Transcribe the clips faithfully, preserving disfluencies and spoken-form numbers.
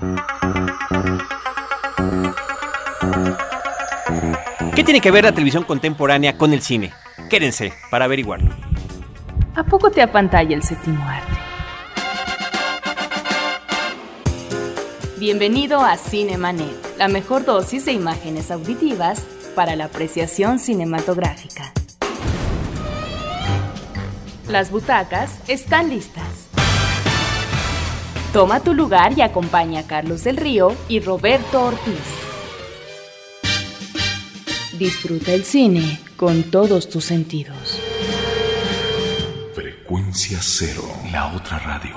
¿Qué tiene que ver la televisión contemporánea con el cine? Quédense para averiguarlo. ¿A poco te apantalla el séptimo arte? Bienvenido a Cinemanet, la mejor dosis de imágenes auditivas para la apreciación cinematográfica. Las butacas están listas. Toma tu lugar y acompaña a Carlos del Río y Roberto Ortiz. Disfruta el cine con todos tus sentidos. Frecuencia Cero, la otra radio.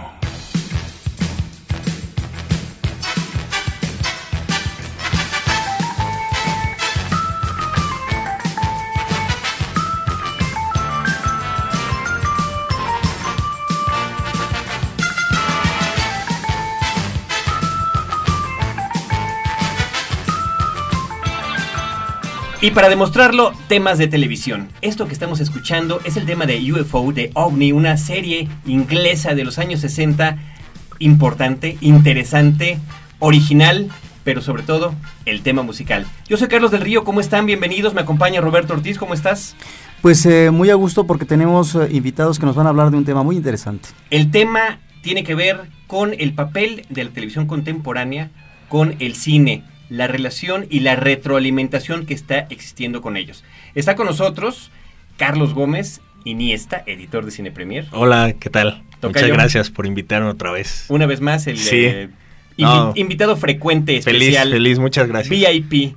Y para demostrarlo, temas de televisión. Esto que estamos escuchando es el tema de U F O, de OVNI, una serie inglesa de los años sesenta, importante, interesante, original, pero sobre todo, el tema musical. Yo soy Carlos del Río, ¿cómo están? Bienvenidos, me acompaña Roberto Ortiz, ¿cómo estás? Pues eh, muy a gusto porque tenemos eh, invitados que nos van a hablar de un tema muy interesante. El tema tiene que ver con el papel de la televisión contemporánea con el cine, la relación y la retroalimentación que está existiendo con ellos. Está con nosotros Carlos Gómez Iniesta, editor de Cine Premier. Hola, ¿qué tal? Tocayo. Muchas gracias por invitarme otra vez. Una vez más, el sí. eh, invi- no. invitado frecuente Feliz, especial. feliz, muchas gracias. V I P.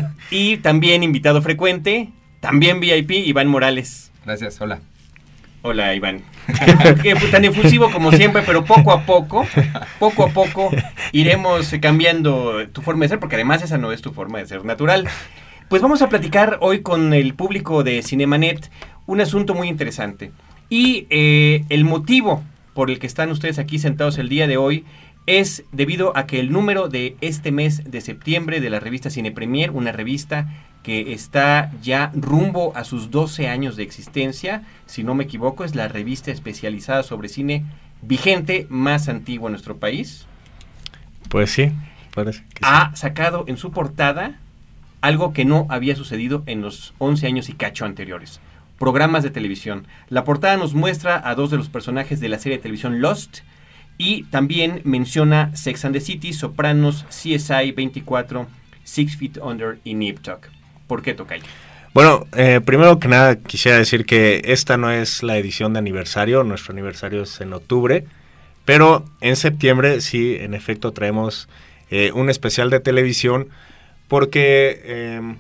Y también invitado frecuente, también V I P, Iván Morales. Gracias, hola. Hola, Iván. Que tan efusivo como siempre, pero poco a poco, poco a poco iremos cambiando tu forma de ser, porque además esa no es tu forma de ser natural. Pues vamos a platicar hoy con el público de Cinemanet un asunto muy interesante. Y eh, el motivo por el que están ustedes aquí sentados el día de hoy es debido a que el número de este mes de septiembre de la revista Cine Premier, una revista que está ya rumbo a sus doce años de existencia, si no me equivoco, es la revista especializada sobre cine vigente más antigua en nuestro país. Pues sí, parece que ha sí. sacado en su portada algo que no había sucedido en los once años y cacho anteriores. Programas de televisión. La portada nos muestra a dos de los personajes de la serie de televisión Lost y también menciona Sex and the City, Sopranos, C S I veinticuatro, Six Feet Under y Nip Tuck. ¿Por qué, tocayo? Bueno, eh, primero que nada quisiera decir que esta no es la edición de aniversario, nuestro aniversario es en octubre, pero en septiembre sí, en efecto, traemos eh, un especial de televisión porque eh,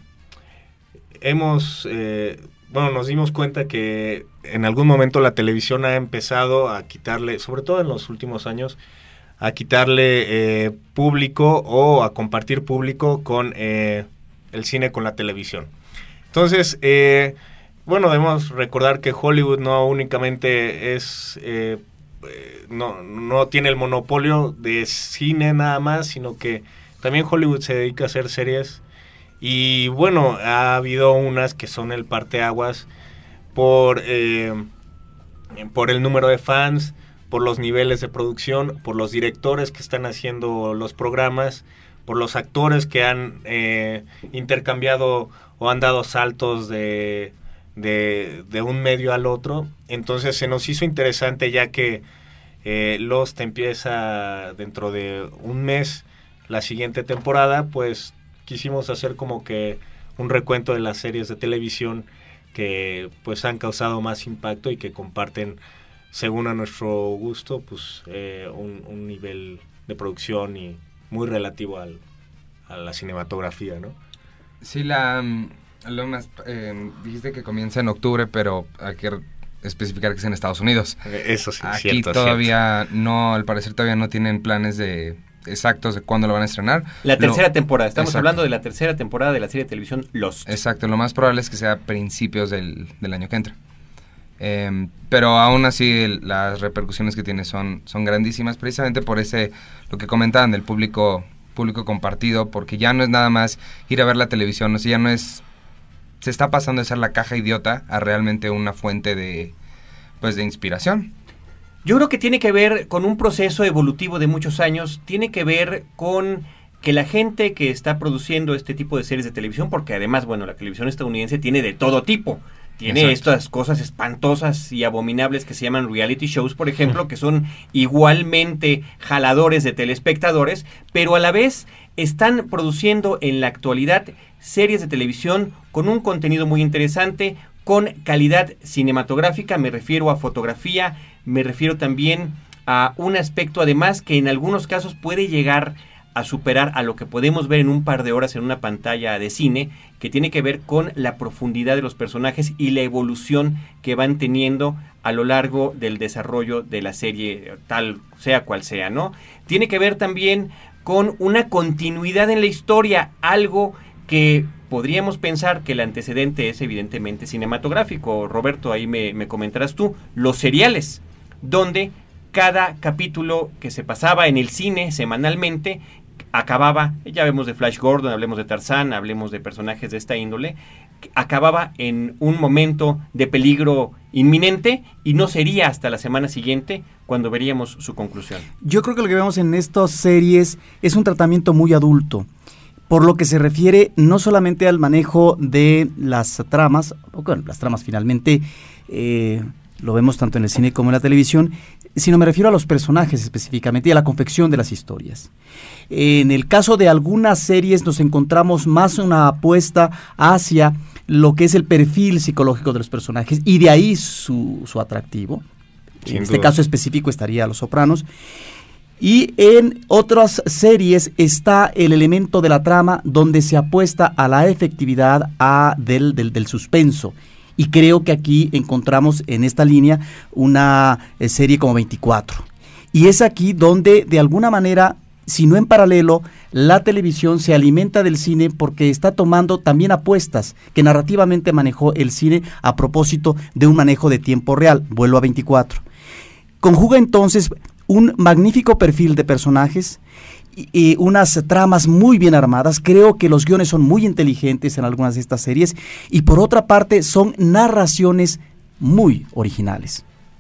hemos, eh, bueno, nos dimos cuenta que en algún momento la televisión ha empezado a quitarle, sobre todo en los últimos años, a quitarle eh, público o a compartir público con eh, el cine con la televisión. Entonces, eh, bueno, debemos recordar que Hollywood no únicamente es, eh, eh, no, no tiene el monopolio de cine nada más, sino que también Hollywood se dedica a hacer series y bueno, ha habido unas que son el parteaguas por, eh, por el número de fans, por los niveles de producción, por los directores que están haciendo los programas, por los actores que han eh, intercambiado o han dado saltos de, de, de un medio al otro. Entonces se nos hizo interesante ya que eh, Lost empieza dentro de un mes la siguiente temporada, pues quisimos hacer como que un recuento de las series de televisión que pues han causado más impacto y que comparten, según a nuestro gusto, pues eh, un, un nivel de producción y muy relativo al, a la cinematografía, ¿no? Sí, la lo más eh, dijiste que comienza en octubre, pero hay que especificar que es en Estados Unidos. Eso sí, Aquí cierto, todavía cierto. no, al parecer todavía no tienen planes de exactos de cuándo lo van a estrenar. La tercera lo, temporada, estamos exacto. hablando de la tercera temporada de la serie de televisión Lost. Exacto, lo más probable es que sea a principios del, del año que entra. Eh, pero aún así el, las repercusiones que tiene son, son grandísimas, precisamente por ese, lo que comentaban del público público compartido, porque ya no es nada más ir a ver la televisión, o sea, ya no es, se está pasando de ser la caja idiota a realmente una fuente de, pues, de inspiración. Yo creo que tiene que ver con un proceso evolutivo de muchos años, tiene que ver con que la gente que está produciendo este tipo de series de televisión, porque además, bueno, la televisión estadounidense tiene de todo tipo, tiene Exacto. estas cosas espantosas y abominables que se llaman reality shows, por ejemplo, que son igualmente jaladores de telespectadores, pero a la vez están produciendo en la actualidad series de televisión con un contenido muy interesante, con calidad cinematográfica, me refiero a fotografía, me refiero también a un aspecto además que en algunos casos puede llegar a superar a lo que podemos ver en un par de horas en una pantalla de cine, que tiene que ver con la profundidad de los personajes y la evolución que van teniendo a lo largo del desarrollo de la serie, tal sea cual sea, ¿no? Tiene que ver también con una continuidad en la historia, algo que podríamos pensar que el antecedente es evidentemente cinematográfico. Roberto, ahí me, me comentarás tú, los seriales, donde cada capítulo que se pasaba en el cine semanalmente acababa, ya vemos de Flash Gordon, hablemos de Tarzán, hablemos de personajes de esta índole, acababa en un momento de peligro inminente y no sería hasta la semana siguiente cuando veríamos su conclusión. Yo creo que lo que vemos en estas series es un tratamiento muy adulto, por lo que se refiere no solamente al manejo de las tramas, bueno, las tramas finalmente eh, lo vemos tanto en el cine como en la televisión, sino me refiero a los personajes específicamente y a la confección de las historias. En el caso de algunas series nos encontramos más una apuesta hacia lo que es el perfil psicológico de los personajes y de ahí su, su atractivo. Sin en duda. Este caso específico estaría Los Sopranos. Y en otras series está el elemento de la trama donde se apuesta a la efectividad a del, del, del suspenso. Y creo que aquí encontramos en esta línea una eh, serie como veinticuatro. Y es aquí donde, de alguna manera, si no en paralelo, la televisión se alimenta del cine porque está tomando también apuestas que narrativamente manejó el cine a propósito de un manejo de tiempo real. Vuelvo a veinticuatro. Conjuga entonces un magnífico perfil de personajes y, y unas tramas muy bien armadas. Creo que los guiones son muy inteligentes en algunas de estas series y por otra parte son narraciones muy originales.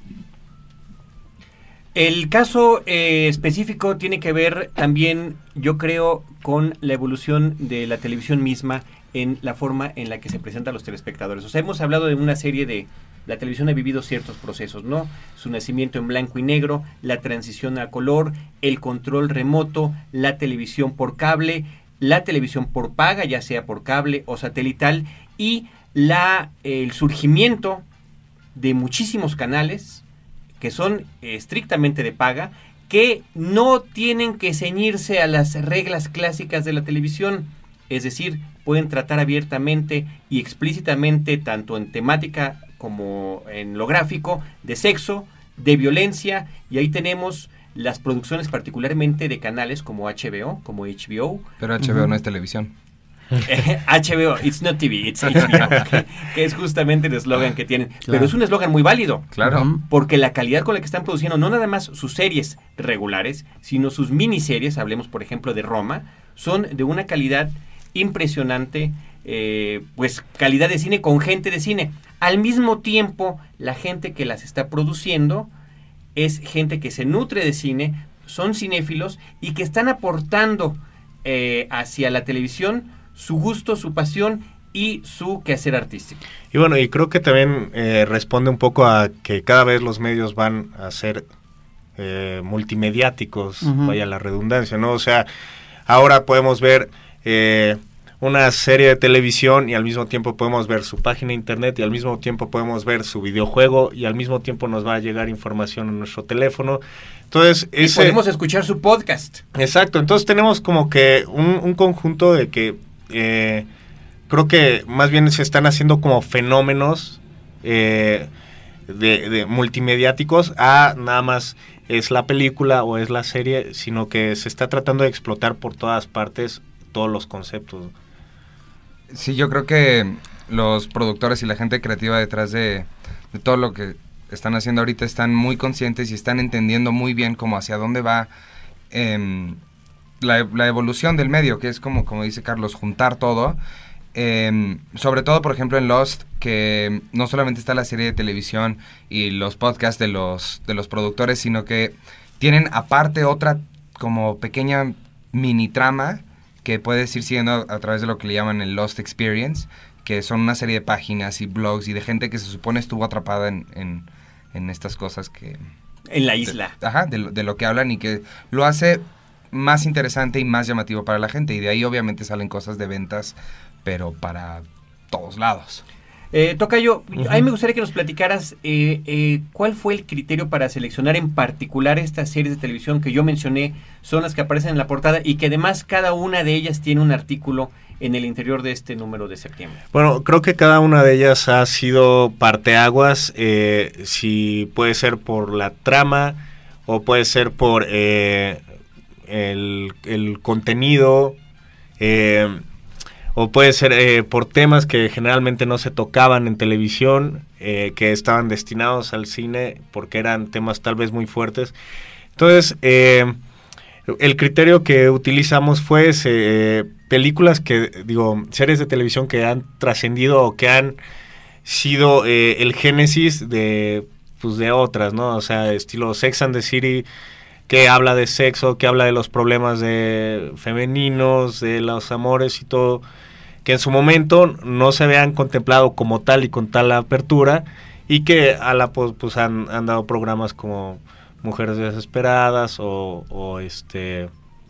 El caso eh, específico tiene que ver también, yo creo, con la evolución de la televisión misma en la forma en la que se presenta a los telespectadores. O sea, hemos hablado de una serie de... La televisión ha vivido ciertos procesos, ¿no? Su nacimiento en blanco y negro, la transición a color, el control remoto, la televisión por cable, la televisión por paga, ya sea por cable o satelital, y la, el surgimiento de muchísimos canales que son eh, estrictamente de paga, que no tienen que ceñirse a las reglas clásicas de la televisión, es decir, pueden tratar abiertamente y explícitamente, tanto en temática como en lo gráfico, de sexo, de violencia, y ahí tenemos las producciones particularmente de canales como H B O, como H B O. Pero H B O uh-huh. no es televisión. H B O, it's not T V, it's H B O, que, que es justamente el eslogan que tienen. Claro. Pero es un eslogan muy válido. Claro. Porque la calidad con la que están produciendo, no nada más sus series regulares, sino sus miniseries, hablemos por ejemplo de Roma, son de una calidad impresionante, eh, pues calidad de cine con gente de cine. Al mismo tiempo, la gente que las está produciendo es gente que se nutre de cine, son cinéfilos y que están aportando eh, hacia la televisión su gusto, su pasión y su quehacer artístico. Y bueno, y creo que también eh, responde un poco a que cada vez los medios van a ser eh, multimediáticos, uh-huh. vaya la redundancia, ¿no? O sea, ahora podemos ver eh, una serie de televisión y al mismo tiempo podemos ver su página de internet y al mismo tiempo podemos ver su videojuego y al mismo tiempo nos va a llegar información en nuestro teléfono. Entonces, y ese, podemos escuchar su podcast. Exacto, entonces tenemos como que un, un conjunto de que eh, creo que más bien se están haciendo como fenómenos eh, de, de multimediáticos a nada más es la película o es la serie, sino que se está tratando de explotar por todas partes todos los conceptos. Sí, yo creo que los productores y la gente creativa detrás de, de todo lo que están haciendo ahorita están muy conscientes y están entendiendo muy bien cómo hacia dónde va eh, la, la evolución del medio, que es como, como dice Carlos, juntar todo eh, sobre todo, por ejemplo, en Lost, que no solamente está la serie de televisión y los podcasts de los, de los productores, sino que tienen aparte otra como pequeña mini trama que puedes ir siguiendo a, a través de lo que le llaman el Lost Experience, que son una serie de páginas y blogs y de gente que se supone estuvo atrapada en, en, en estas cosas que... En la isla. De, ajá, de, de lo que hablan y que lo hace más interesante y más llamativo para la gente. Y de ahí obviamente salen cosas de ventas, pero para todos lados. Eh, Tocayo, uh-huh. a mí me gustaría que nos platicaras eh, eh, cuál fue el criterio para seleccionar en particular estas series de televisión que yo mencioné, son las que aparecen en la portada y que además cada una de ellas tiene un artículo en el interior de este número de septiembre. Bueno, creo que cada una de ellas ha sido parteaguas, eh, si puede ser por la trama o puede ser por eh, el, el contenido, eh, o puede ser eh, por temas que generalmente no se tocaban en televisión, eh, que estaban destinados al cine porque eran temas tal vez muy fuertes. Entonces, eh, el criterio que utilizamos fue eh, películas que, digo, series de televisión que han trascendido o que han sido eh, el génesis de, pues, de otras, ¿no? O sea, estilo Sex and the City, que habla de sexo, que habla de los problemas de femeninos, de los amores y todo, que en su momento no se habían contemplado como tal y con tal apertura, y que a la pues, pues han, han dado programas como Mujeres Desesperadas o, o este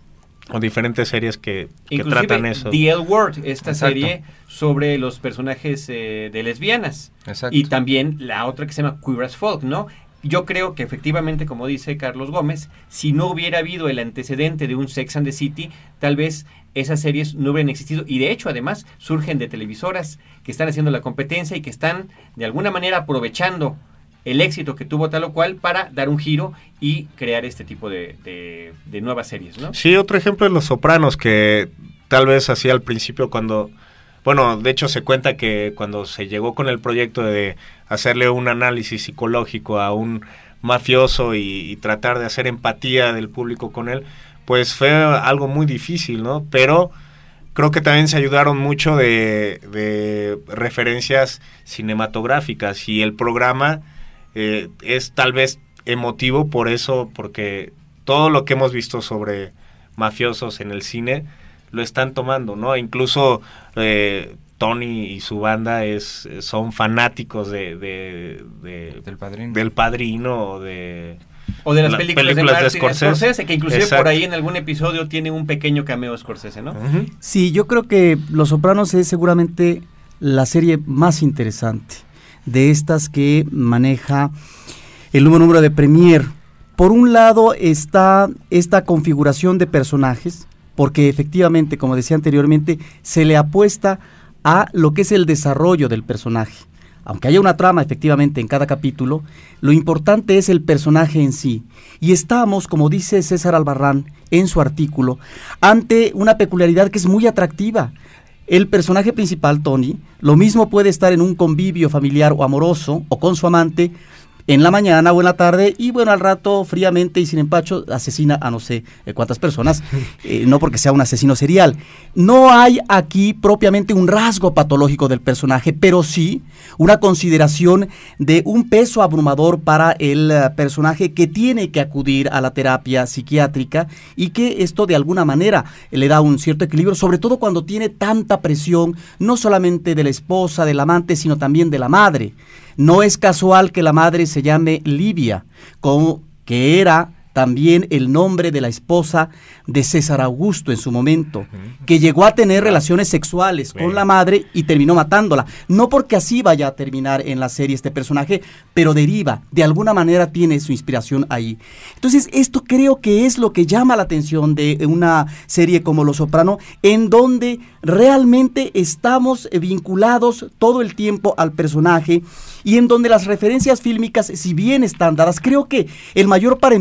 o diferentes series que, que tratan eso. The L Word, esta Exacto. serie sobre los personajes eh, de lesbianas. Exacto. Y también la otra que se llama Queer as Folk, ¿no? Yo creo que efectivamente, como dice Carlos Gómez, si no hubiera habido el antecedente de un Sex and the City, tal vez esas series no hubieran existido. Y de hecho, además, surgen de televisoras que están haciendo la competencia y que están, de alguna manera, aprovechando el éxito que tuvo tal o cual para dar un giro y crear este tipo de, de, de nuevas series, ¿no? Sí, otro ejemplo es Los Sopranos, que tal vez así al principio cuando... Bueno, de hecho se cuenta que cuando se llegó con el proyecto de hacerle un análisis psicológico a un mafioso y, y tratar de hacer empatía del público con él, pues fue algo muy difícil, ¿no? Pero creo que también se ayudaron mucho de, de referencias cinematográficas y el programa eh, es tal vez emotivo por eso, porque todo lo que hemos visto sobre mafiosos en el cine lo están tomando, ¿no? Incluso eh, Tony y su banda es son fanáticos de, de, de del Padrino, del Padrino o de o de las la, películas, películas de Martin de Scorsese. Scorsese, que inclusive Exacto. por ahí en algún episodio tiene un pequeño cameo Scorsese, ¿no? Uh-huh. Sí, yo creo que Los Sopranos es seguramente la serie más interesante de estas que maneja el nuevo número de Premier. Por un lado está esta configuración de personajes, porque efectivamente, como decía anteriormente, se le apuesta a lo que es el desarrollo del personaje. Aunque haya una trama efectivamente en cada capítulo, lo importante es el personaje en sí. Y estamos, como dice César Albarrán en su artículo, ante una peculiaridad que es muy atractiva. El personaje principal, Tony, lo mismo puede estar en un convivio familiar o amoroso o con su amante en la mañana o en la tarde, y bueno, al rato fríamente y sin empacho asesina a no sé eh, cuántas personas, eh, no porque sea un asesino serial. No hay aquí propiamente un rasgo patológico del personaje, pero sí una consideración de un peso abrumador para el uh, personaje que tiene que acudir a la terapia psiquiátrica, y que esto de alguna manera eh, le da un cierto equilibrio, sobre todo cuando tiene tanta presión, no solamente de la esposa, del amante, sino también de la madre. No es casual que la madre se llame Livia, como que era también el nombre de la esposa de César Augusto en su momento, que llegó a tener relaciones sexuales con la madre y terminó matándola. No porque así vaya a terminar en la serie este personaje, pero deriva, de alguna manera tiene su inspiración ahí. Entonces, esto creo que es lo que llama la atención de una serie como Los Soprano, en donde realmente estamos vinculados todo el tiempo al personaje, y en donde las referencias fílmicas, si bien están dadas, creo que el mayor parentesco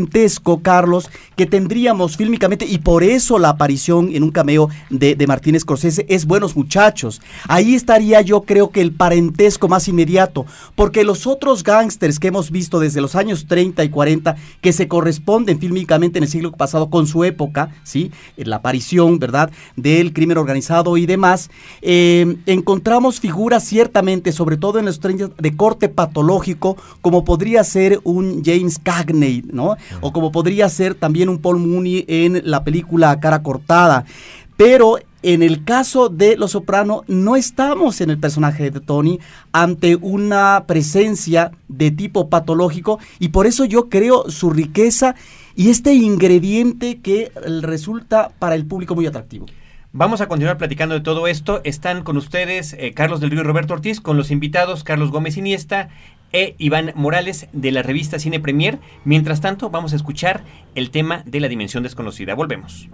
deduzco, Carlos, que tendríamos fílmicamente, y por eso la aparición en un cameo de, de Martin Scorsese es Buenos Muchachos. Ahí estaría yo creo que el parentesco más inmediato, porque los otros gángsters que hemos visto desde los años treinta y cuarenta, que se corresponden fílmicamente en el siglo pasado con su época, ¿sí? La aparición, ¿verdad?, del crimen organizado y demás, eh, encontramos figuras ciertamente, sobre todo en los treinta, de corte patológico, como podría ser un James Cagney, ¿no? O como podría ser también un Paul Mooney en la película Cara Cortada. Pero en el caso de Los Soprano no estamos en el personaje de Tony ante una presencia de tipo patológico, y por eso yo creo su riqueza y este ingrediente que resulta para el público muy atractivo. Vamos a continuar platicando de todo esto. Están con ustedes eh, Carlos del Río y Roberto Ortiz, con los invitados Carlos Gómez Iniesta e Iván Morales de la revista Cine Premier. Mientras tanto, vamos a escuchar el tema de La Dimensión Desconocida. Volvemos.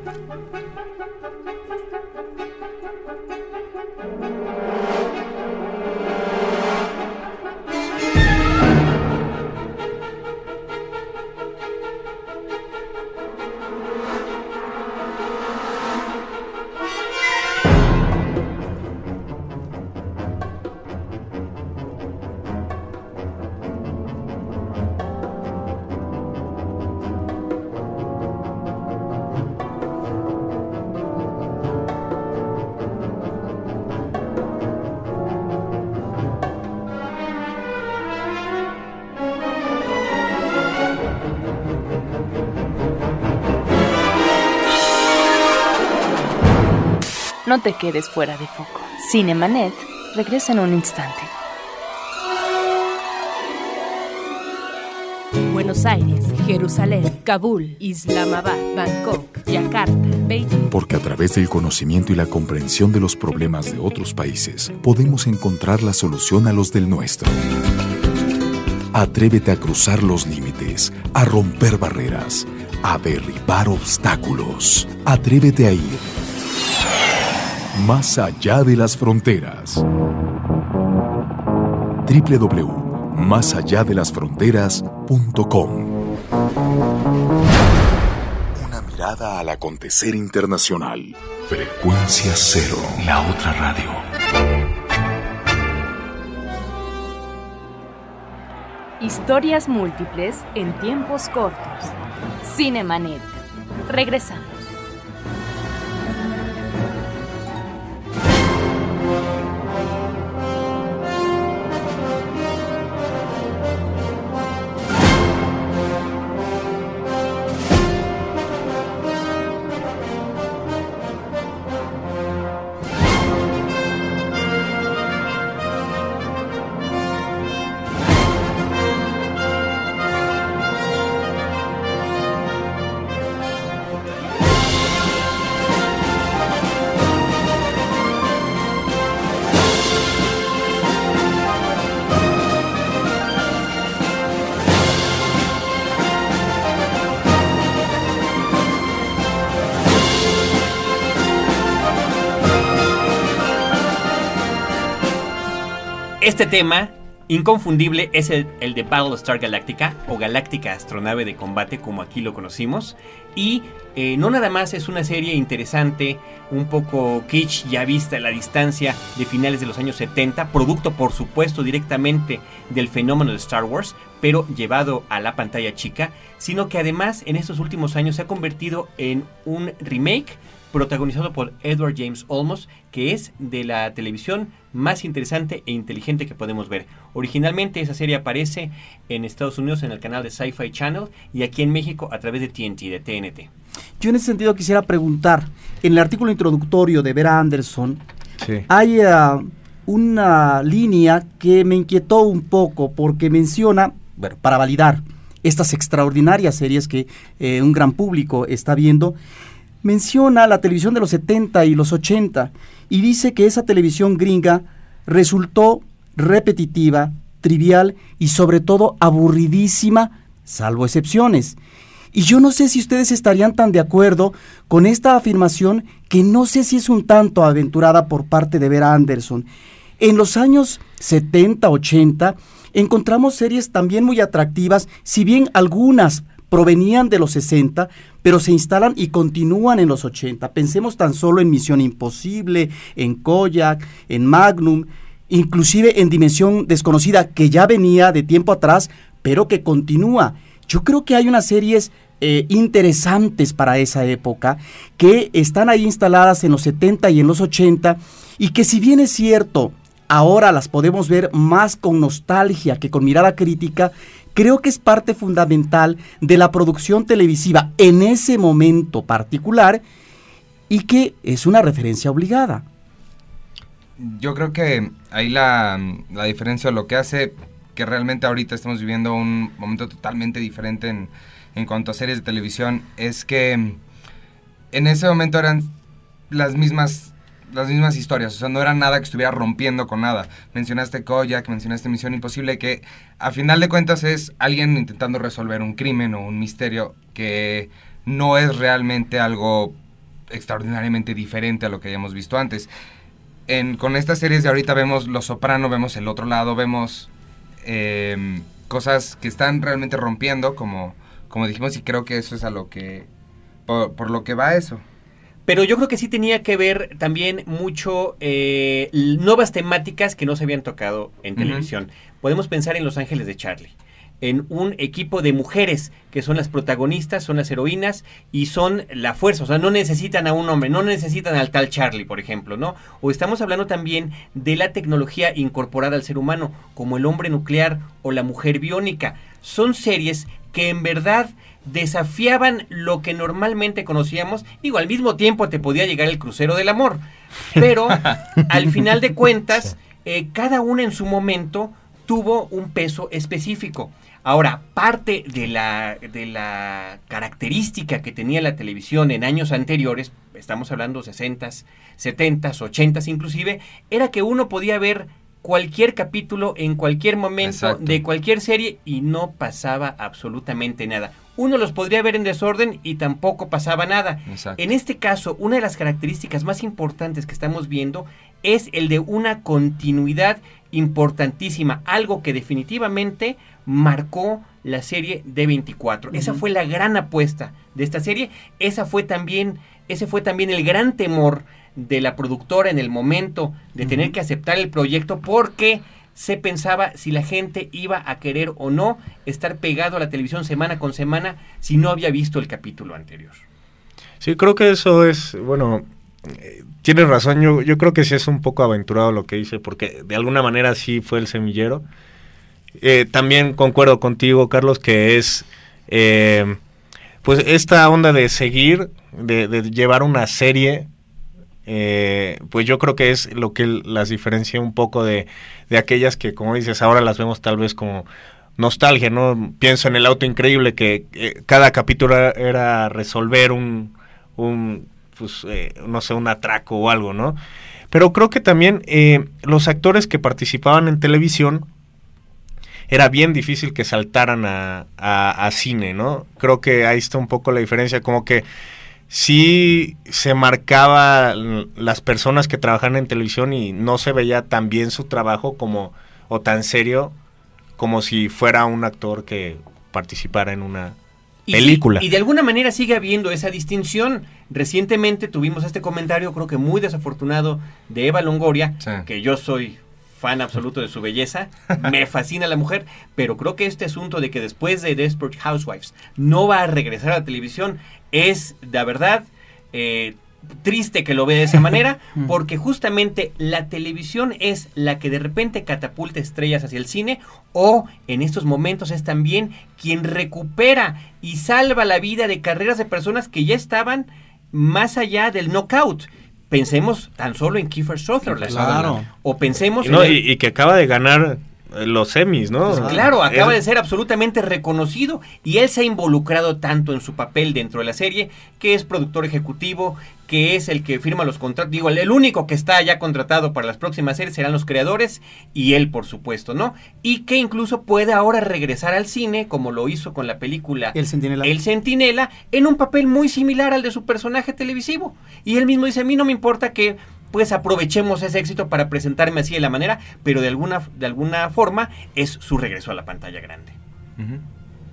No te quedes fuera de foco. Cinemanet regresa en un instante. Buenos Aires, Jerusalén, Kabul, Islamabad, Bangkok, Yakarta, Beijing. Porque a través del conocimiento y la comprensión de los problemas de otros países, podemos encontrar la solución a los del nuestro. Atrévete a cruzar los límites, a romper barreras, a derribar obstáculos. Atrévete a ir más allá de las fronteras. doble u doble u doble u punto más allá de las fronteras punto com. Una mirada al acontecer internacional. Frecuencia Cero, la otra radio. Historias múltiples en tiempos cortos. Cinemanet. Regresamos. Este tema inconfundible es el, el de Battlestar Galactica o Galáctica Astronave de Combate, como aquí lo conocimos. Y eh, no nada más es una serie interesante, un poco kitsch, ya vista a la distancia, de finales de los años setenta, producto por supuesto directamente del fenómeno de Star Wars, pero llevado a la pantalla chica, sino que además en estos últimos años se ha convertido en un remake protagonizado por Edward James Olmos, que es de la televisión más interesante e inteligente que podemos ver. Originalmente esa serie aparece en Estados Unidos en el canal de Sci-Fi Channel y aquí en México a través de T N T, de T N T. Yo en ese sentido quisiera preguntar, en el artículo introductorio de Vera Anderson, sí. hay uh, una línea que me inquietó un poco porque menciona, bueno, para validar estas extraordinarias series que eh, un gran público está viendo, menciona la televisión de los setenta y los ochenta y dice que esa televisión gringa resultó repetitiva, trivial y sobre todo aburridísima, salvo excepciones. Y yo no sé si ustedes estarían tan de acuerdo con esta afirmación, que no sé si es un tanto aventurada por parte de Vera Anderson. En los años setenta, ochenta encontramos series también muy atractivas, si bien algunas provenían de los sesenta, pero se instalan y continúan en los ochenta. Pensemos tan solo en Misión Imposible, en Kojak, en Magnum, inclusive en Dimensión Desconocida, que ya venía de tiempo atrás, pero que continúa. Yo creo que hay unas series eh, interesantes para esa época, que están ahí instaladas en los setenta y en los ochenta, y que si bien es cierto, ahora las podemos ver más con nostalgia que con mirada crítica, creo que es parte fundamental de la producción televisiva en ese momento particular y que es una referencia obligada. Yo creo que ahí la, la diferencia, lo que hace que realmente ahorita estamos viviendo un momento totalmente diferente en, en cuanto a series de televisión, es que en ese momento eran las mismas las mismas historias, o sea, no era nada que estuviera rompiendo con nada. Mencionaste Kojak, mencionaste Misión Imposible, que a final de cuentas es alguien intentando resolver un crimen o un misterio que no es realmente algo extraordinariamente diferente a lo que hayamos visto antes. En, con estas series de ahorita vemos Los Soprano, vemos El Otro Lado, vemos eh, cosas que están realmente rompiendo, como, como dijimos, y creo que eso es a lo que, por, por lo que va eso. Pero yo creo que sí tenía que ver también mucho eh, nuevas temáticas que no se habían tocado en uh-huh. televisión. Podemos pensar en Los Ángeles de Charlie, en un equipo de mujeres que son las protagonistas, son las heroínas y son la fuerza, o sea, no necesitan a un hombre, no necesitan al tal Charlie, por ejemplo, ¿no? O estamos hablando también de la tecnología incorporada al ser humano, como El Hombre Nuclear o La Mujer Biónica. Son series que en verdad desafiaban lo que normalmente conocíamos. Digo, al mismo tiempo te podía llegar El Crucero del Amor, pero al final de cuentas, eh, cada una en su momento tuvo un peso específico. Ahora, parte de la, de la característica que tenía la televisión en años anteriores, estamos hablando sesentas, setentas, ochentas inclusive, era que uno podía ver cualquier capítulo en cualquier momento Exacto. de cualquier serie y no pasaba absolutamente nada. Uno los podría ver en desorden y tampoco pasaba nada. Exacto. En este caso, una de las características más importantes que estamos viendo es el de una continuidad importantísima, algo que definitivamente marcó la serie D veinticuatro. Uh-huh. Esa fue la gran apuesta de esta serie. Esa fue también, ese fue también el gran temor de la productora en el momento de uh-huh. tener que aceptar el proyecto, porque se pensaba si la gente iba a querer o no estar pegado a la televisión semana con semana si no había visto el capítulo anterior. Sí, creo que eso es, bueno, eh, tienes razón, yo, yo creo que sí es un poco aventurado lo que dice, porque de alguna manera sí fue el semillero. Eh, también concuerdo contigo, Carlos, que es eh, pues esta onda de seguir, de, de llevar una serie. Eh, pues yo creo que es lo que las diferencia un poco de, de aquellas que, como dices, ahora las vemos tal vez como nostalgia, ¿no? Pienso en El Auto Increíble, que eh, cada capítulo era, era resolver un, un pues, eh, no sé, un atraco o algo, ¿no? Pero creo que también eh, los actores que participaban en televisión era bien difícil que saltaran a, a, a cine, ¿no? Creo que ahí está un poco la diferencia, como que sí se marcaba las personas que trabajan en televisión y no se veía tan bien su trabajo como o tan serio como si fuera un actor que participara en una y película. Sí, y de alguna manera sigue habiendo esa distinción. Recientemente tuvimos este comentario, creo que muy desafortunado, de Eva Longoria, sí. que yo soy fan absoluto de su belleza, me fascina la mujer, pero creo que este asunto de que después de Desperate Housewives no va a regresar a la televisión es, de verdad, eh, triste que lo vea de esa manera, porque justamente la televisión es la que de repente catapulta estrellas hacia el cine, o en estos momentos es también quien recupera y salva la vida de carreras de personas que ya estaban más allá del knockout. Pensemos tan solo en Kiefer Sutherland, claro. o pensemos no, en y, y que acaba de ganar los Emmys, ¿no? Pues claro, acaba es... de ser absolutamente reconocido y él se ha involucrado tanto en su papel dentro de la serie, que es productor ejecutivo, que es el que firma los contratos, digo, el, el único que está ya contratado para las próximas series serán los creadores y él, por supuesto, ¿no? Y que incluso puede ahora regresar al cine, como lo hizo con la película El Centinela. El Centinela, en un papel muy similar al de su personaje televisivo. Y él mismo dice, a mí no me importa que pues aprovechemos ese éxito para presentarme así de la manera, pero de alguna, de alguna forma es su regreso a la pantalla grande. Uh-huh.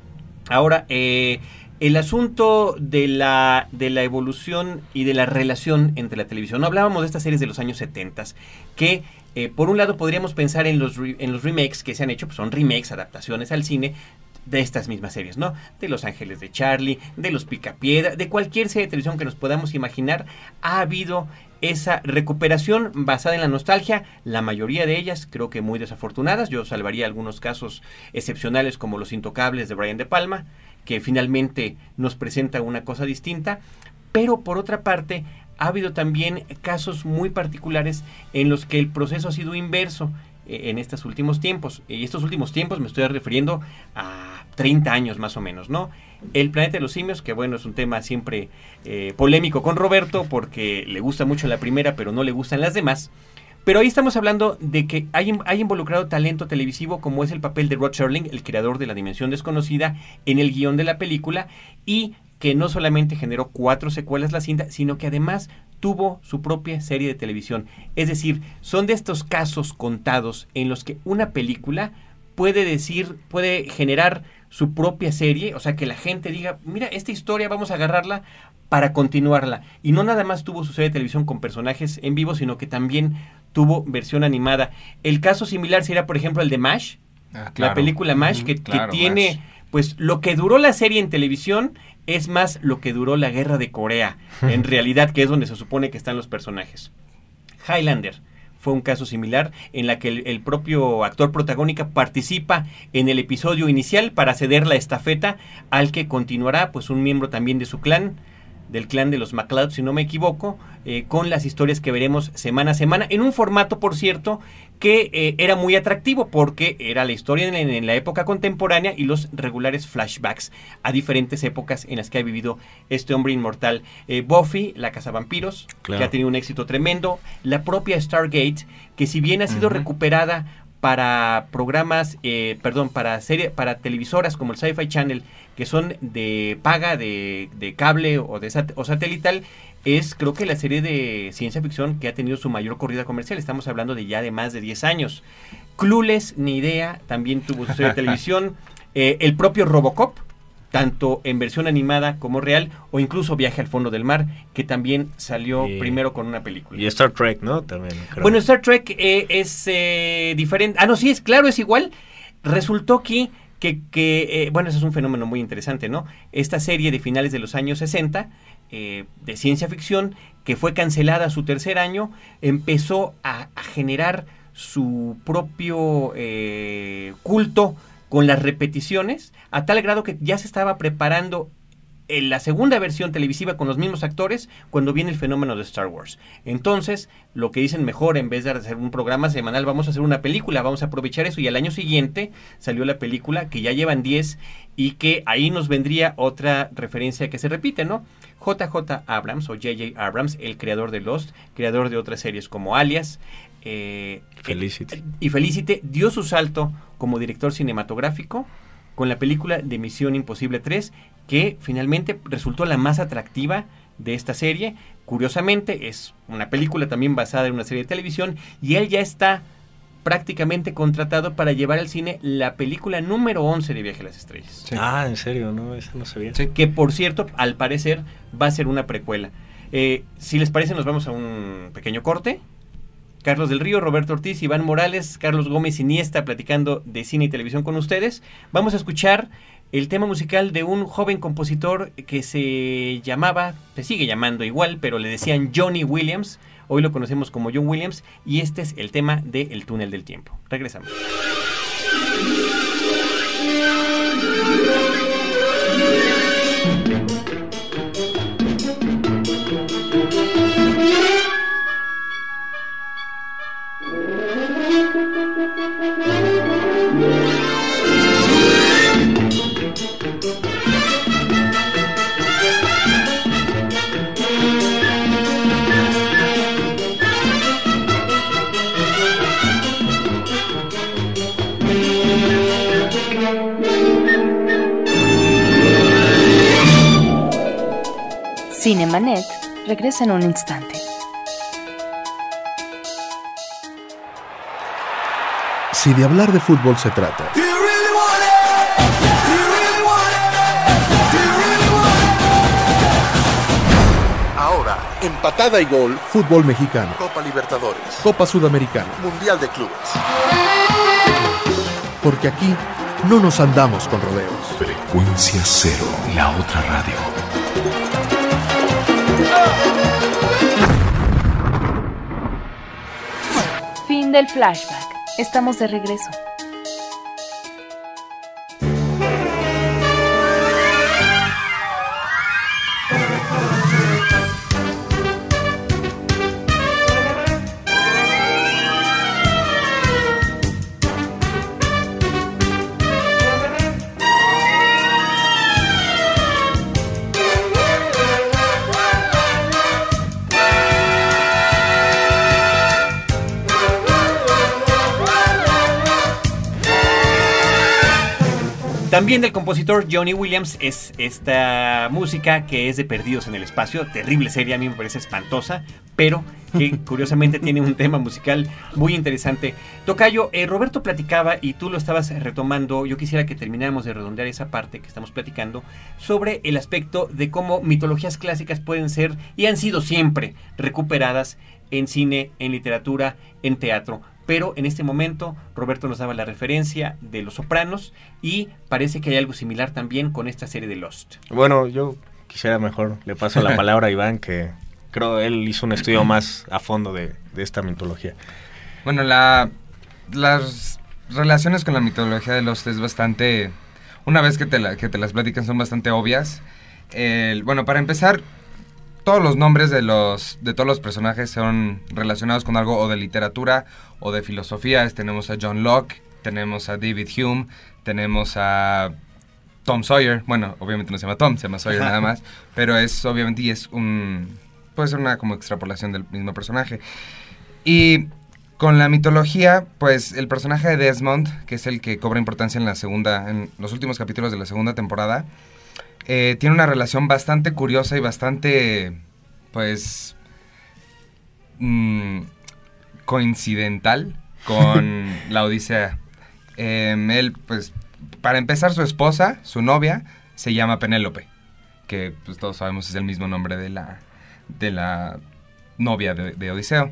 Ahora, eh, el asunto de la, de la evolución y de la relación entre la televisión. No hablábamos de estas series de los años setenta, que eh, por un lado podríamos pensar en los, re, en los remakes que se han hecho, pues son remakes, adaptaciones al cine, de estas mismas series, ¿no? De Los Ángeles de Charlie, de Los Picapiedra, de cualquier serie de televisión que nos podamos imaginar, ha habido esa recuperación basada en la nostalgia, la mayoría de ellas creo que muy desafortunadas. Yo salvaría algunos casos excepcionales como Los Intocables de Brian De Palma, que finalmente nos presenta una cosa distinta, pero por otra parte ha habido también casos muy particulares en los que el proceso ha sido inverso en estos últimos tiempos. Y estos últimos tiempos me estoy refiriendo a treinta años más o menos, ¿no? El Planeta de los Simios, que bueno, es un tema siempre eh, polémico con Roberto, porque le gusta mucho la primera, pero no le gustan las demás. Pero ahí estamos hablando de que hay, hay involucrado talento televisivo, como es el papel de Rod Serling, el creador de La Dimensión Desconocida, en el guión de la película, y que no solamente generó cuatro secuelas la cinta, sino que además tuvo su propia serie de televisión. Es decir, son de estos casos contados en los que una película puede decir, puede generar su propia serie, o sea, que la gente diga, mira, esta historia vamos a agarrarla para continuarla. Y no nada más tuvo su serie de televisión con personajes en vivo, sino que también tuvo versión animada. El caso similar sería, por ejemplo, el de MASH, ah, claro. La película MASH, uh-huh, que, claro, que tiene, MASH. Pues, lo que duró la serie en televisión es más lo que duró la guerra de Corea, en realidad, que es donde se supone que están los personajes. Highlander fue un caso similar, en la que el, el propio actor protagónico participa en el episodio inicial para ceder la estafeta al que continuará, pues, un miembro también de su clan, del clan de los MacLeod, si no me equivoco, eh, con las historias que veremos semana a semana, en un formato, por cierto, que eh, era muy atractivo, porque era la historia en, en la época contemporánea y los regulares flashbacks a diferentes épocas en las que ha vivido este hombre inmortal. Eh, Buffy, la cazavampiros, claro, que ha tenido un éxito tremendo, la propia Stargate, que si bien ha sido uh-huh. recuperada para programas, eh, perdón, para serie, para televisoras como el Sci-Fi Channel, que son de paga, de, de cable o de sat- o satelital, es creo que la serie de ciencia ficción que ha tenido su mayor corrida comercial. Estamos hablando de ya de más de diez años. Clueless, ni idea, también tuvo su serie de televisión. Eh, el propio Robocop, tanto en versión animada como real, o incluso Viaje al Fondo del Mar, que también salió y, primero con una película. Y Star Trek, ¿no? También, creo. Bueno, Star Trek eh, es eh, diferente. Ah, no, sí, es claro, es igual. Resultó que, que, que eh, bueno, eso es un fenómeno muy interesante, ¿no? Esta serie de finales de los años sesenta, eh, de ciencia ficción, que fue cancelada su tercer año, empezó a, a generar su propio eh, culto con las repeticiones, a tal grado que ya se estaba preparando en la segunda versión televisiva con los mismos actores cuando viene el fenómeno de Star Wars. Entonces, lo que dicen mejor, en vez de hacer un programa semanal, vamos a hacer una película, vamos a aprovechar eso, y al año siguiente salió la película, que ya llevan diez, y que ahí nos vendría otra referencia que se repite, ¿no? J J Abrams, o J J Abrams, el creador de Lost, creador de otras series como Alias, eh, Felicity. Eh, y Felicity, dio su salto como director cinematográfico con la película de Misión Imposible tres, que finalmente resultó la más atractiva de esta serie. Curiosamente, es una película también basada en una serie de televisión, y él ya está prácticamente contratado para llevar al cine la película número once de Viaje a las Estrellas. Sí. Ah, ¿en serio? No, esa no sabía. Sí. Que, por cierto, al parecer va a ser una precuela. Eh, si les parece, nos vamos a un pequeño corte. Carlos del Río, Roberto Ortiz, Iván Morales, Carlos Gómez Iniesta platicando de cine y televisión con ustedes. Vamos a escuchar el tema musical de un joven compositor que se llamaba, se sigue llamando igual, pero le decían Johnny Williams. Hoy lo conocemos como John Williams, y este es el tema de El Túnel del Tiempo. Regresamos. Cinemanet regresa en un instante. Si de hablar de fútbol se trata, En Patada y Gol, Fútbol mexicano, Copa Libertadores, Copa Sudamericana, Mundial de Clubes. porque aquí no nos andamos con rodeos. Frecuencia Cero, la otra radio. Fin del flashback. Estamos de regreso. También del compositor Johnny Williams es esta música que es de Perdidos en el Espacio, terrible serie, a mí me parece espantosa, pero que curiosamente tiene un tema musical muy interesante. Tocayo, eh, Roberto platicaba y tú lo estabas retomando, yo quisiera que termináramos de redondear esa parte que estamos platicando sobre el aspecto de cómo mitologías clásicas pueden ser y han sido siempre recuperadas en cine, en literatura, en teatro. Pero en este momento Roberto nos daba la referencia de Los Sopranos y parece que hay algo similar también con esta serie de Lost. Bueno, yo quisiera mejor, le paso la palabra a Iván, que creo él hizo un estudio más a fondo de, de esta mitología. Bueno, la, las relaciones con la mitología de Lost es bastante... Una vez que te, la, que te las platican son bastante obvias. El, bueno, para empezar... Todos los nombres de los de todos los personajes son relacionados con algo o de literatura o de filosofía. Tenemos a John Locke, tenemos a David Hume, tenemos a Tom Sawyer. Bueno, obviamente no se llama Tom, se llama Sawyer nada más, pero es obviamente y es un puede ser una como extrapolación del mismo personaje. Y con la mitología, pues el personaje de Desmond, que es el que cobra importancia en la segunda en los últimos capítulos de la segunda temporada, Eh, tiene una relación bastante curiosa y bastante, pues, mmm, coincidental con la Odisea. Eh, él, pues, para empezar, su esposa, su novia, se llama Penélope, que pues todos sabemos es el mismo nombre de la, de la novia de, de Odiseo.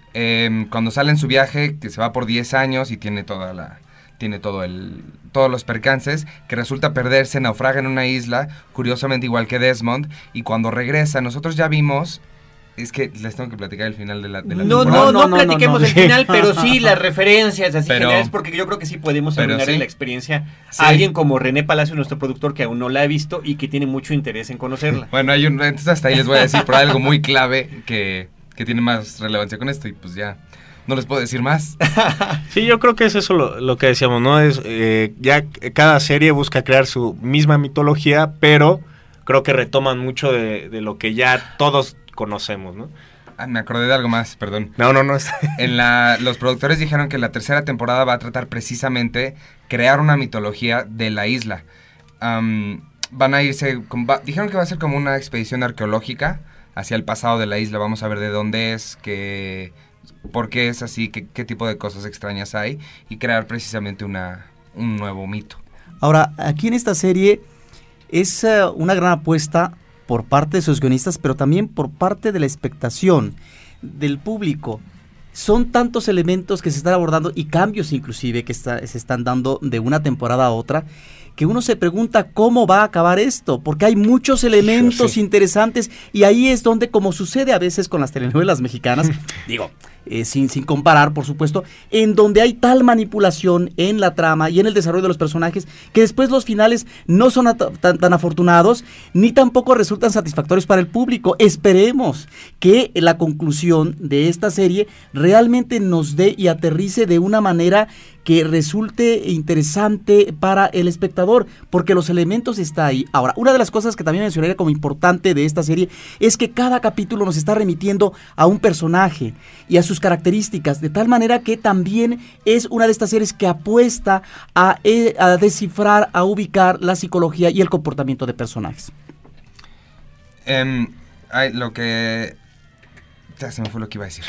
Eh, cuando sale en su viaje, que se va por diez años y tiene toda la... tiene todo el todos los percances, que resulta perderse, naufraga en una isla, curiosamente igual que Desmond, y cuando regresa, nosotros ya vimos, es que les tengo que platicar el final de la, de la no, temporada. no, no, no platiquemos no, no. el final, pero sí las referencias así pero, generales, porque yo creo que sí podemos arruinar sí. la experiencia sí. a alguien como René Palacio, nuestro productor, que aún no la ha visto y que tiene mucho interés en conocerla. Bueno, hay un, entonces hasta ahí les voy a decir por algo muy clave que, que tiene más relevancia con esto, y pues ya... No les puedo decir más. Sí, yo creo que es eso lo, lo que decíamos, ¿no? Es eh, ya cada serie busca crear su misma mitología, pero creo que retoman mucho de, de lo que ya todos conocemos, ¿no? Ah, me acordé de algo más, perdón. No, no, no. En la, los productores dijeron que la tercera temporada va a tratar precisamente crear una mitología de la isla. Um, van a irse, con, va, dijeron que va a ser como una expedición arqueológica hacia el pasado de la isla. Vamos a ver de dónde es, que... por qué es así, qué, qué tipo de cosas extrañas hay, y crear precisamente una, un nuevo mito. Ahora, aquí en esta serie es uh, una gran apuesta por parte de sus guionistas, pero también por parte de la expectación del público. Son tantos elementos que se están abordando y cambios inclusive que está, se están dando de una temporada a otra, que uno se pregunta cómo va a acabar esto, porque hay muchos elementos sí. interesantes, y ahí es donde, como sucede a veces con las telenovelas mexicanas, digo, eh, sin, sin comparar, por supuesto, en donde hay tal manipulación en la trama y en el desarrollo de los personajes, que después los finales no son tan, tan afortunados, ni tampoco resultan satisfactorios para el público. Esperemos que la conclusión de esta serie realmente nos dé y aterrice de una manera que resulte interesante para el espectador, porque los elementos están ahí. Ahora, una de las cosas que también mencionaría como importante de esta serie es que cada capítulo nos está remitiendo a un personaje y a sus características, de tal manera que también es una de estas series que apuesta a, a descifrar, a ubicar la psicología y el comportamiento de personajes. Um, hay, lo que... Ya se me fue lo que iba a decir.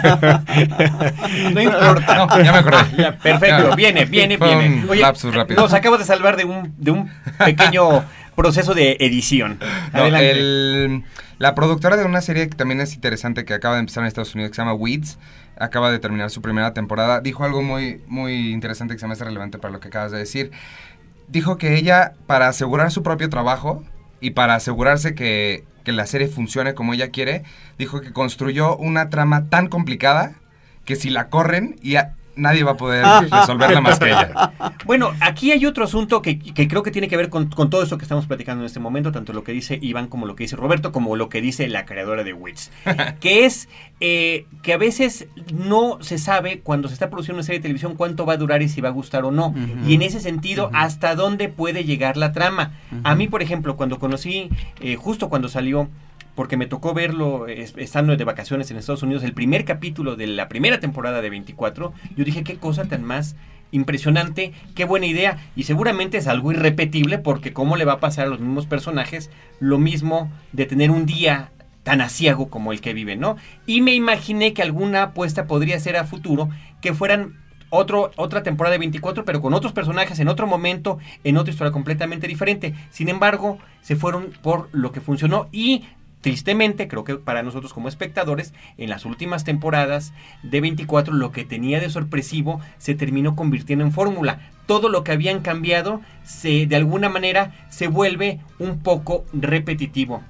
No importa. No, ya me acordé. Ya, perfecto, viene, viene, Fue viene. un lapsus rápido. Nos acabas de salvar de un, de un pequeño proceso de edición. No, el, La productora de una serie que también es interesante, que acaba de empezar en Estados Unidos, que se llama Weeds, acaba de terminar su primera temporada, dijo algo muy, muy interesante que se me hace relevante para lo que acabas de decir. Dijo que ella, para asegurar su propio trabajo y para asegurarse que, que la serie funcione como ella quiere, dijo que construyó una trama tan complicada que si la corren, ya nadie va a poder resolverla más que ella. Bueno, aquí hay otro asunto que, que creo que tiene que ver con, con todo eso que estamos platicando en este momento, tanto lo que dice Iván como lo que dice Roberto, como lo que dice la creadora de Weeds, que es eh, que a veces no se sabe cuando se está produciendo una serie de televisión cuánto va a durar y si va a gustar o no, uh-huh. y en ese sentido, uh-huh. hasta dónde puede llegar la trama. Uh-huh. A mí, por ejemplo, cuando conocí, eh, justo cuando salió, porque me tocó verlo estando de vacaciones en Estados Unidos, el primer capítulo de la primera temporada de veinticuatro, yo dije, qué cosa tan más impresionante, qué buena idea, y seguramente es algo irrepetible, porque cómo le va a pasar a los mismos personajes lo mismo de tener un día tan aciago como el que viven, ¿no? Y me imaginé que alguna apuesta podría ser a futuro, que fueran Otro, otra temporada de veinticuatro, pero con otros personajes, en otro momento, en otra historia completamente diferente. Sin embargo, se fueron por lo que funcionó y tristemente, creo que para nosotros como espectadores, en las últimas temporadas de veinticuatro, lo que tenía de sorpresivo se terminó convirtiendo en fórmula. Todo lo que habían cambiado, se, de alguna manera, se vuelve un poco repetitivo.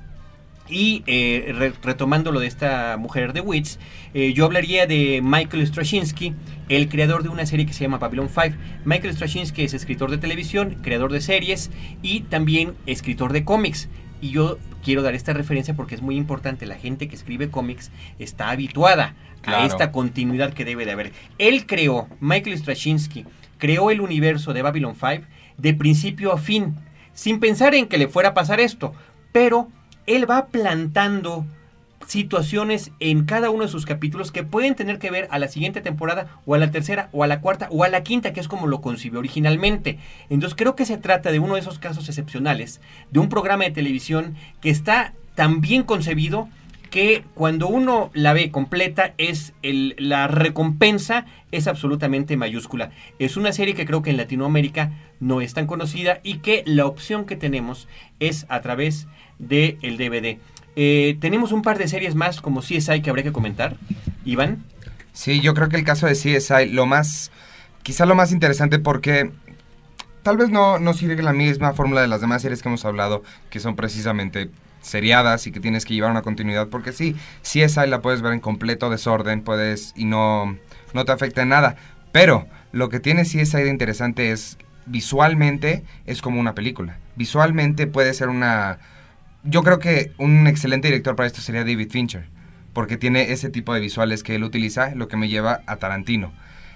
Y eh, re, retomando lo de esta mujer de Weeds, eh, yo hablaría de Michael Straczynski, el creador de una serie que se llama Babylon five. Michael Straczynski es escritor de televisión, creador de series y también escritor de cómics. Y yo quiero dar esta referencia porque es muy importante. La gente que escribe cómics está habituada claro. a esta continuidad que debe de haber. Él creó, Michael Straczynski, creó el universo de Babylon five de principio a fin, sin pensar en que le fuera a pasar esto, pero él va plantando situaciones en cada uno de sus capítulos que pueden tener que ver a la siguiente temporada, o a la tercera, o a la cuarta, o a la quinta, que es como lo concibió originalmente. Entonces creo que se trata de uno de esos casos excepcionales, de un programa de televisión que está tan bien concebido que cuando uno la ve completa, es el, la recompensa es absolutamente mayúscula. Es una serie que creo que en Latinoamérica no es tan conocida y que la opción que tenemos es a través del D V D. Eh, tenemos un par de series más como C S I que habría que comentar. Iván. Sí, yo creo que el caso de C S I, lo más, quizá lo más interesante, porque tal vez no, no sigue la misma fórmula de las demás series que hemos hablado, que son precisamente seriadas y que tienes que llevar una continuidad, porque sí, C S I la puedes ver en completo desorden, puedes, y no, no te afecta en nada, pero lo que tiene C S I de interesante es, visualmente, es como una película. Visualmente puede ser una... Yo creo que un excelente director para esto sería David Fincher, porque tiene ese tipo de visuales que él utiliza, lo que me lleva a Tarantino,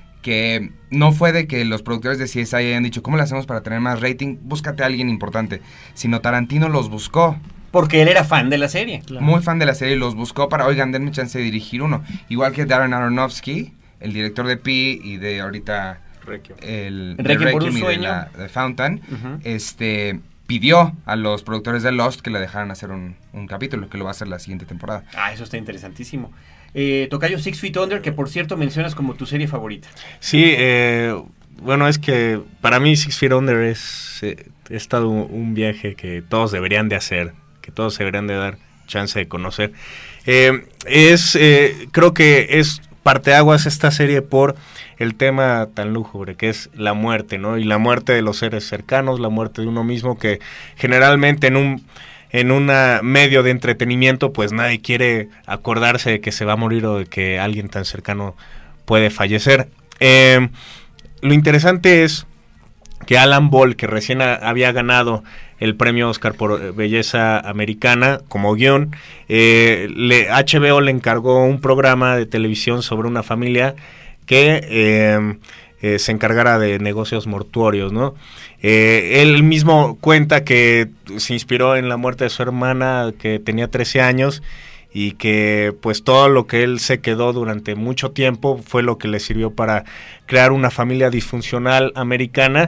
que no fue de que los productores de C S I hayan dicho, ¿cómo lo hacemos para tener más rating? Búscate a alguien importante, sino Tarantino los buscó. Porque él era fan de la serie. Claro. Muy fan de la serie, y los buscó para, oigan, denme chance de dirigir uno. Igual que Darren Aronofsky, el director de Pi y de ahorita Requiem. el de Requiem por un y sueño. de, la, de Fountain, uh-huh. este... pidió a los productores de Lost que le dejaran hacer un, un capítulo, que lo va a hacer la siguiente temporada. Ah, eso está interesantísimo. Eh, Tocayo, Six Feet Under, que por cierto mencionas como tu serie favorita. Sí, eh, bueno, es que para mí Six Feet Under es, eh, es todo un viaje que todos deberían de hacer, que todos deberían de dar chance de conocer. Eh, es, eh, creo que es parteaguas esta serie por el tema tan lúgubre que es la muerte, ¿no? Y la muerte de los seres cercanos, la muerte de uno mismo, que generalmente en un en un medio de entretenimiento pues nadie quiere acordarse de que se va a morir o de que alguien tan cercano puede fallecer. Eh, lo interesante es que Alan Ball, que recién a, había ganado el premio Oscar por Belleza Americana como guión, eh, le, H B O le encargó un programa de televisión sobre una familia que eh, eh, se encargara de negocios mortuorios, ¿no? Eh, él mismo cuenta que se inspiró en la muerte de su hermana, que tenía trece años, y que pues todo lo que él se quedó durante mucho tiempo fue lo que le sirvió para crear una familia disfuncional americana,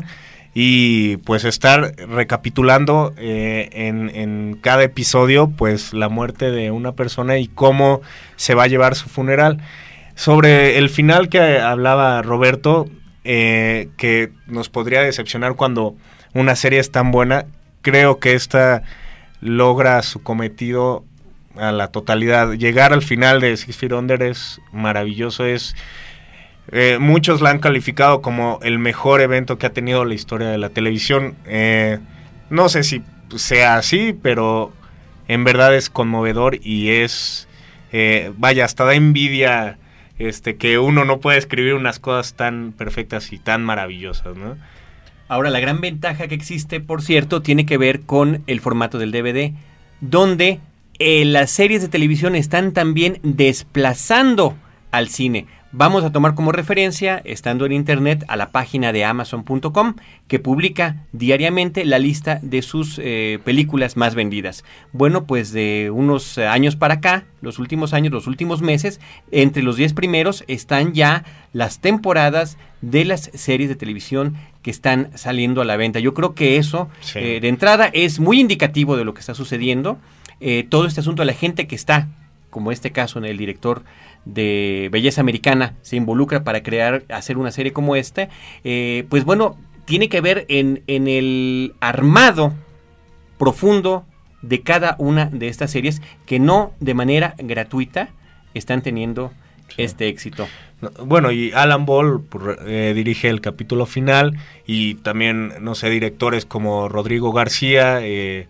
y pues estar recapitulando eh, en, en cada episodio pues la muerte de una persona y cómo se va a llevar su funeral. Sobre el final que hablaba Roberto, eh, que nos podría decepcionar cuando una serie es tan buena, creo que esta logra su cometido a la totalidad. Llegar al final de Six Feet Under es maravilloso, es... Eh, muchos la han calificado como el mejor evento que ha tenido la historia de la televisión. Eh, no sé si sea así, pero en verdad es conmovedor y es, eh, vaya, hasta da envidia este, que uno no puede escribir unas cosas tan perfectas y tan maravillosas, ¿no? Ahora, la gran ventaja que existe, por cierto, tiene que ver con el formato del D V D, donde eh, las series de televisión están también desplazando al cine. Vamos a tomar como referencia, estando en internet, a la página de amazon punto com, que publica diariamente la lista de sus eh, películas más vendidas. Bueno, pues de unos años para acá, los últimos años, los últimos meses, entre los diez primeros están ya las temporadas de las series de televisión que están saliendo a la venta. Yo creo que eso, sí. eh, de entrada, es muy indicativo de lo que está sucediendo. Eh, todo este asunto de la gente que está, como este caso en el director de Belleza Americana, se involucra para crear, hacer una serie como esta, eh, pues bueno, tiene que ver en, en el armado profundo de cada una de estas series que no de manera gratuita están teniendo sí. este éxito. Bueno, y Alan Ball eh, dirige el capítulo final y también, no sé, directores como Rodrigo García, eh,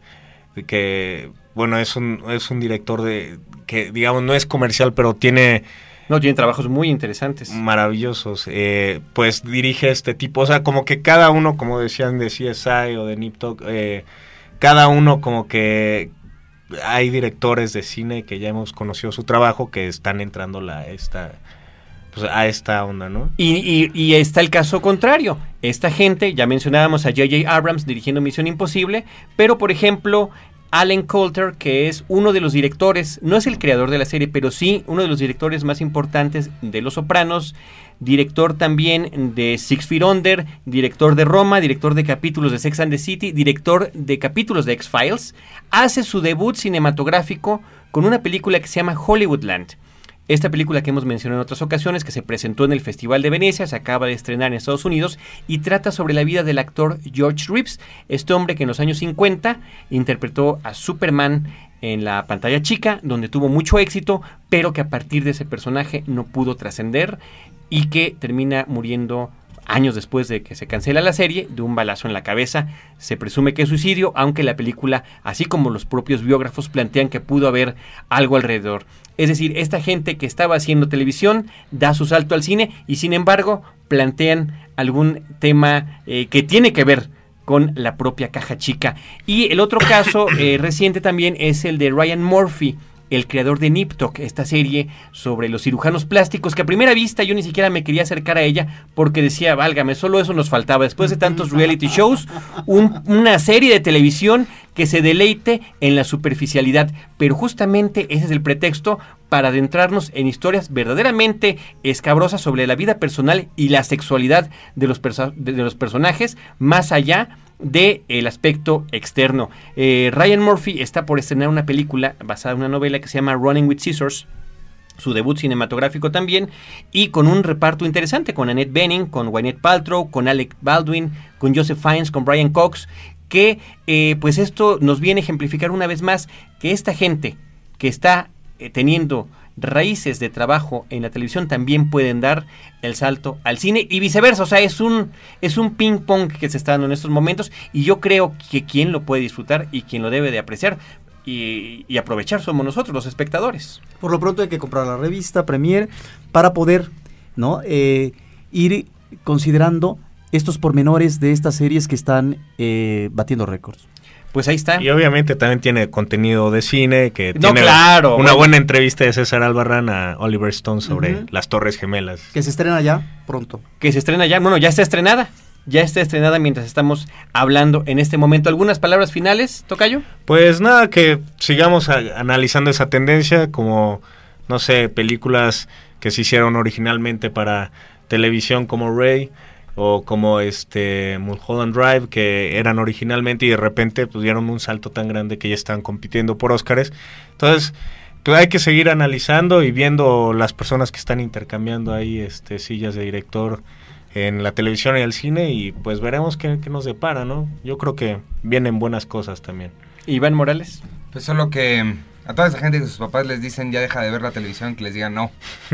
que... Bueno, es un, es un director de que, digamos, no es comercial, pero tiene... No, tiene trabajos muy interesantes. Maravillosos. Eh, pues dirige este tipo, o sea, como que cada uno, como decían de C S I o de Nip Tuck, eh, cada uno como que... Hay directores de cine que ya hemos conocido su trabajo que están entrando la, esta, pues, a esta onda, ¿no? Y, y, y está el caso contrario. Esta gente, ya mencionábamos a J J Abrams dirigiendo Misión Imposible, pero, por ejemplo... Alan Coulter, que es uno de los directores, no es el creador de la serie, pero sí uno de los directores más importantes de Los Sopranos, director también de Six Feet Under, director de Roma, director de capítulos de Sex and the City, director de capítulos de X-Files, hace su debut cinematográfico con una película que se llama Hollywoodland. Esta película que hemos mencionado en otras ocasiones, que se presentó en el Festival de Venecia, se acaba de estrenar en Estados Unidos y trata sobre la vida del actor George Reeves, este hombre que en los años cincuenta interpretó a Superman en la pantalla chica, donde tuvo mucho éxito, pero que a partir de ese personaje no pudo trascender y que termina muriendo años después de que se cancela la serie, de un balazo en la cabeza. Se presume que es suicidio, aunque la película, así como los propios biógrafos, plantean que pudo haber algo alrededor. Es decir, esta gente que estaba haciendo televisión da su salto al cine y sin embargo plantean algún tema eh, que tiene que ver con la propia caja chica. Y el otro caso eh, reciente también es el de Ryan Murphy, el creador de Nip Tuck, esta serie sobre los cirujanos plásticos, que a primera vista yo ni siquiera me quería acercar a ella porque decía, válgame, solo eso nos faltaba. Después de tantos reality shows, un, una serie de televisión que se deleite en la superficialidad. Pero justamente ese es el pretexto para adentrarnos en historias verdaderamente escabrosas sobre la vida personal y la sexualidad de los, perso- de, de los personajes, más allá del aspecto externo. Eh, Ryan Murphy está por estrenar una película basada en una novela que se llama Running with Scissors, su debut cinematográfico también, y con un reparto interesante, con Annette Bening, con Gwyneth Paltrow, con Alec Baldwin, con Joseph Fiennes, con Brian Cox, que eh, pues esto nos viene a ejemplificar una vez más que esta gente que está eh, teniendo raíces de trabajo en la televisión también pueden dar el salto al cine y viceversa. O sea, es un es un ping pong que se está dando en estos momentos y yo creo que quien lo puede disfrutar y quien lo debe de apreciar y, y aprovechar somos nosotros, los espectadores. Por lo pronto hay que comprar la revista Premier para poder, ¿no? eh, ir considerando estos pormenores de estas series que están eh, batiendo récords. Pues ahí está. Y obviamente también tiene contenido de cine, que no, tiene claro, una bueno. buena entrevista de César Albarrán a Oliver Stone sobre Uh-huh. las Torres Gemelas. Que se estrena ya pronto. Que se estrena ya, bueno, ya está estrenada. Ya está estrenada mientras estamos hablando en este momento. ¿Algunas palabras finales, Tocayo? Pues nada, que sigamos a, analizando esa tendencia, como, no sé, películas que se hicieron originalmente para televisión como Ray, o como este Mulholland Drive, que eran originalmente y de repente pues dieron un salto tan grande que ya están compitiendo por Óscares. Entonces, pues hay que seguir analizando y viendo las personas que están intercambiando ahí este sillas de director en la televisión y el cine, y pues veremos qué, qué nos depara, ¿no? Yo creo que vienen buenas cosas también. Iván Morales. Pues solo que A toda esa gente que sus papás les dicen ya deja de ver la televisión, que les digan no.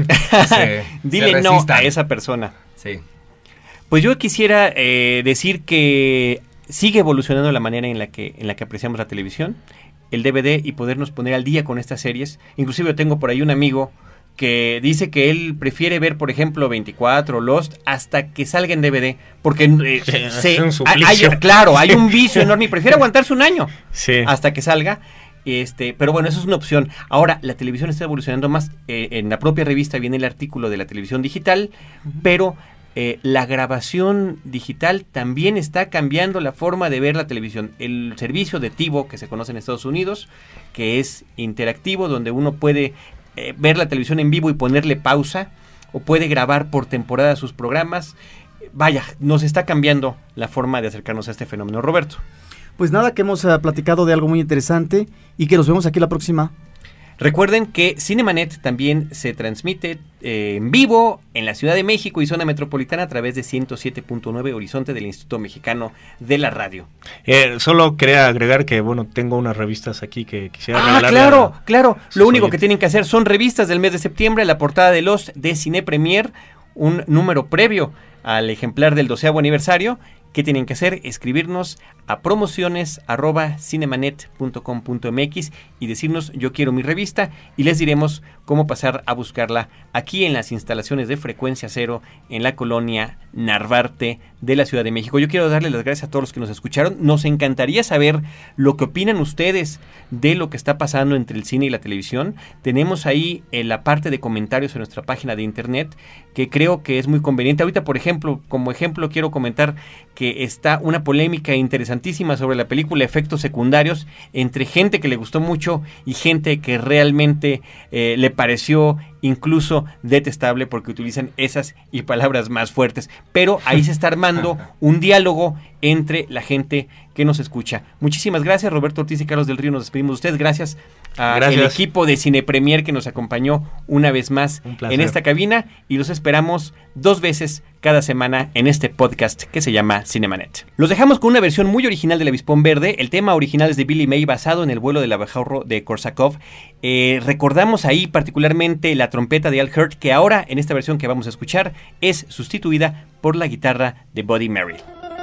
Se, Dile se no resistan. a esa persona. Sí. Pues yo quisiera eh, decir que sigue evolucionando la manera en la que en la que apreciamos la televisión, el D V D y podernos poner al día con estas series. Inclusive yo tengo por ahí un amigo que dice que él prefiere ver, por ejemplo, veinticuatro, Lost, hasta que salga en D V D, porque eh, Sí, se, es un hay, suplicio. claro, hay un vicio enorme y prefiere aguantarse un año Sí. hasta que salga. Este, pero bueno, eso es una opción. Ahora, la televisión está evolucionando más. Eh, en la propia revista viene el artículo de la televisión digital, uh-huh. pero eh, la grabación digital también está cambiando la forma de ver la televisión. El servicio de TiVo, que se conoce en Estados Unidos, que es interactivo, donde uno puede eh, ver la televisión en vivo y ponerle pausa, o puede grabar por temporada sus programas. Vaya, nos está cambiando la forma de acercarnos a este fenómeno, Roberto. Pues nada, que hemos uh, platicado de algo muy interesante y que nos vemos aquí la próxima. Recuerden que Cinemanet también se transmite eh, en vivo en la Ciudad de México y zona metropolitana a través de ciento siete punto nueve Horizonte del Instituto Mexicano de la Radio. Eh, solo quería agregar que, bueno, tengo unas revistas aquí que quisiera Ah, regalarle claro, a claro. sus Lo único oyentes. que tienen que hacer son revistas del mes de septiembre, la portada de Lost de Cine Premier, un número previo al ejemplar del doceavo aniversario. ¿Qué tienen que hacer? Escribirnos a promociones arroba cinemanet punto com punto m x y decirnos yo quiero mi revista y les diremos cómo pasar a buscarla aquí en las instalaciones de Frecuencia Cero en la colonia Narvarte de la Ciudad de México. Yo quiero darle las gracias a todos los que nos escucharon. Nos encantaría saber lo que opinan ustedes de lo que está pasando entre el cine y la televisión. Tenemos ahí en la parte de comentarios en nuestra página de internet que creo que es muy conveniente. Ahorita, por ejemplo, como ejemplo quiero comentar que está una polémica interesantísima sobre la película Efectos Secundarios entre gente que le gustó mucho y gente que realmente eh, le pareció incluso detestable porque utilizan esas y palabras más fuertes. Pero ahí se está armando un diálogo entre la gente que nos escucha. Muchísimas gracias, Roberto Ortiz y Carlos del Río, nos despedimos de ustedes. Gracias al equipo de Cine Premier que nos acompañó una vez más en esta cabina y los esperamos dos veces cada semana en este podcast que se llama Cinemanet. Los dejamos con una versión muy original del Avispón Verde. El tema original es de Billy May, basado en el vuelo del abejorro de Korsakov. Eh, recordamos ahí particularmente la trompeta de Al Hirt, que ahora en esta versión que vamos a escuchar es sustituida por la guitarra de Buddy Merrill.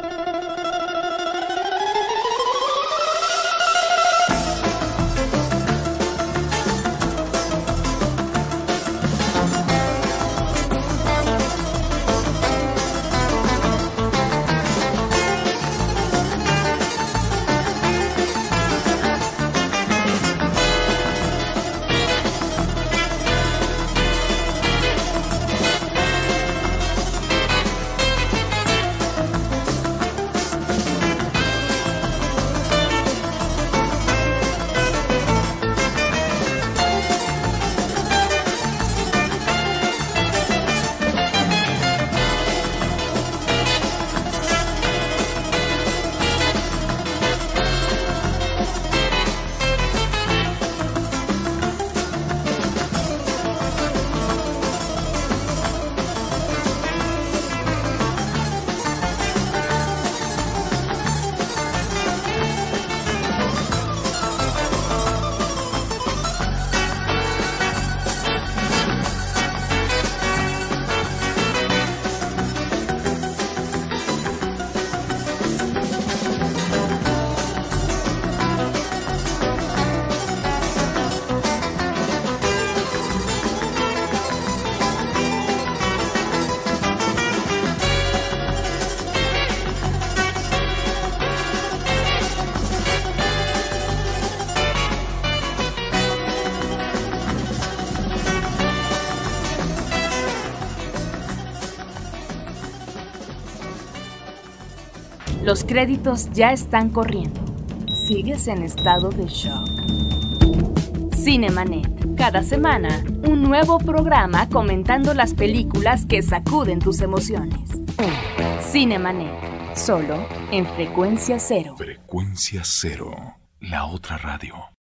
Los créditos ya están corriendo. Sigues en estado de shock. Cinemanet. Cada semana, un nuevo programa comentando las películas que sacuden tus emociones. Cinemanet. Solo en Frecuencia Cero. Frecuencia Cero. La otra radio.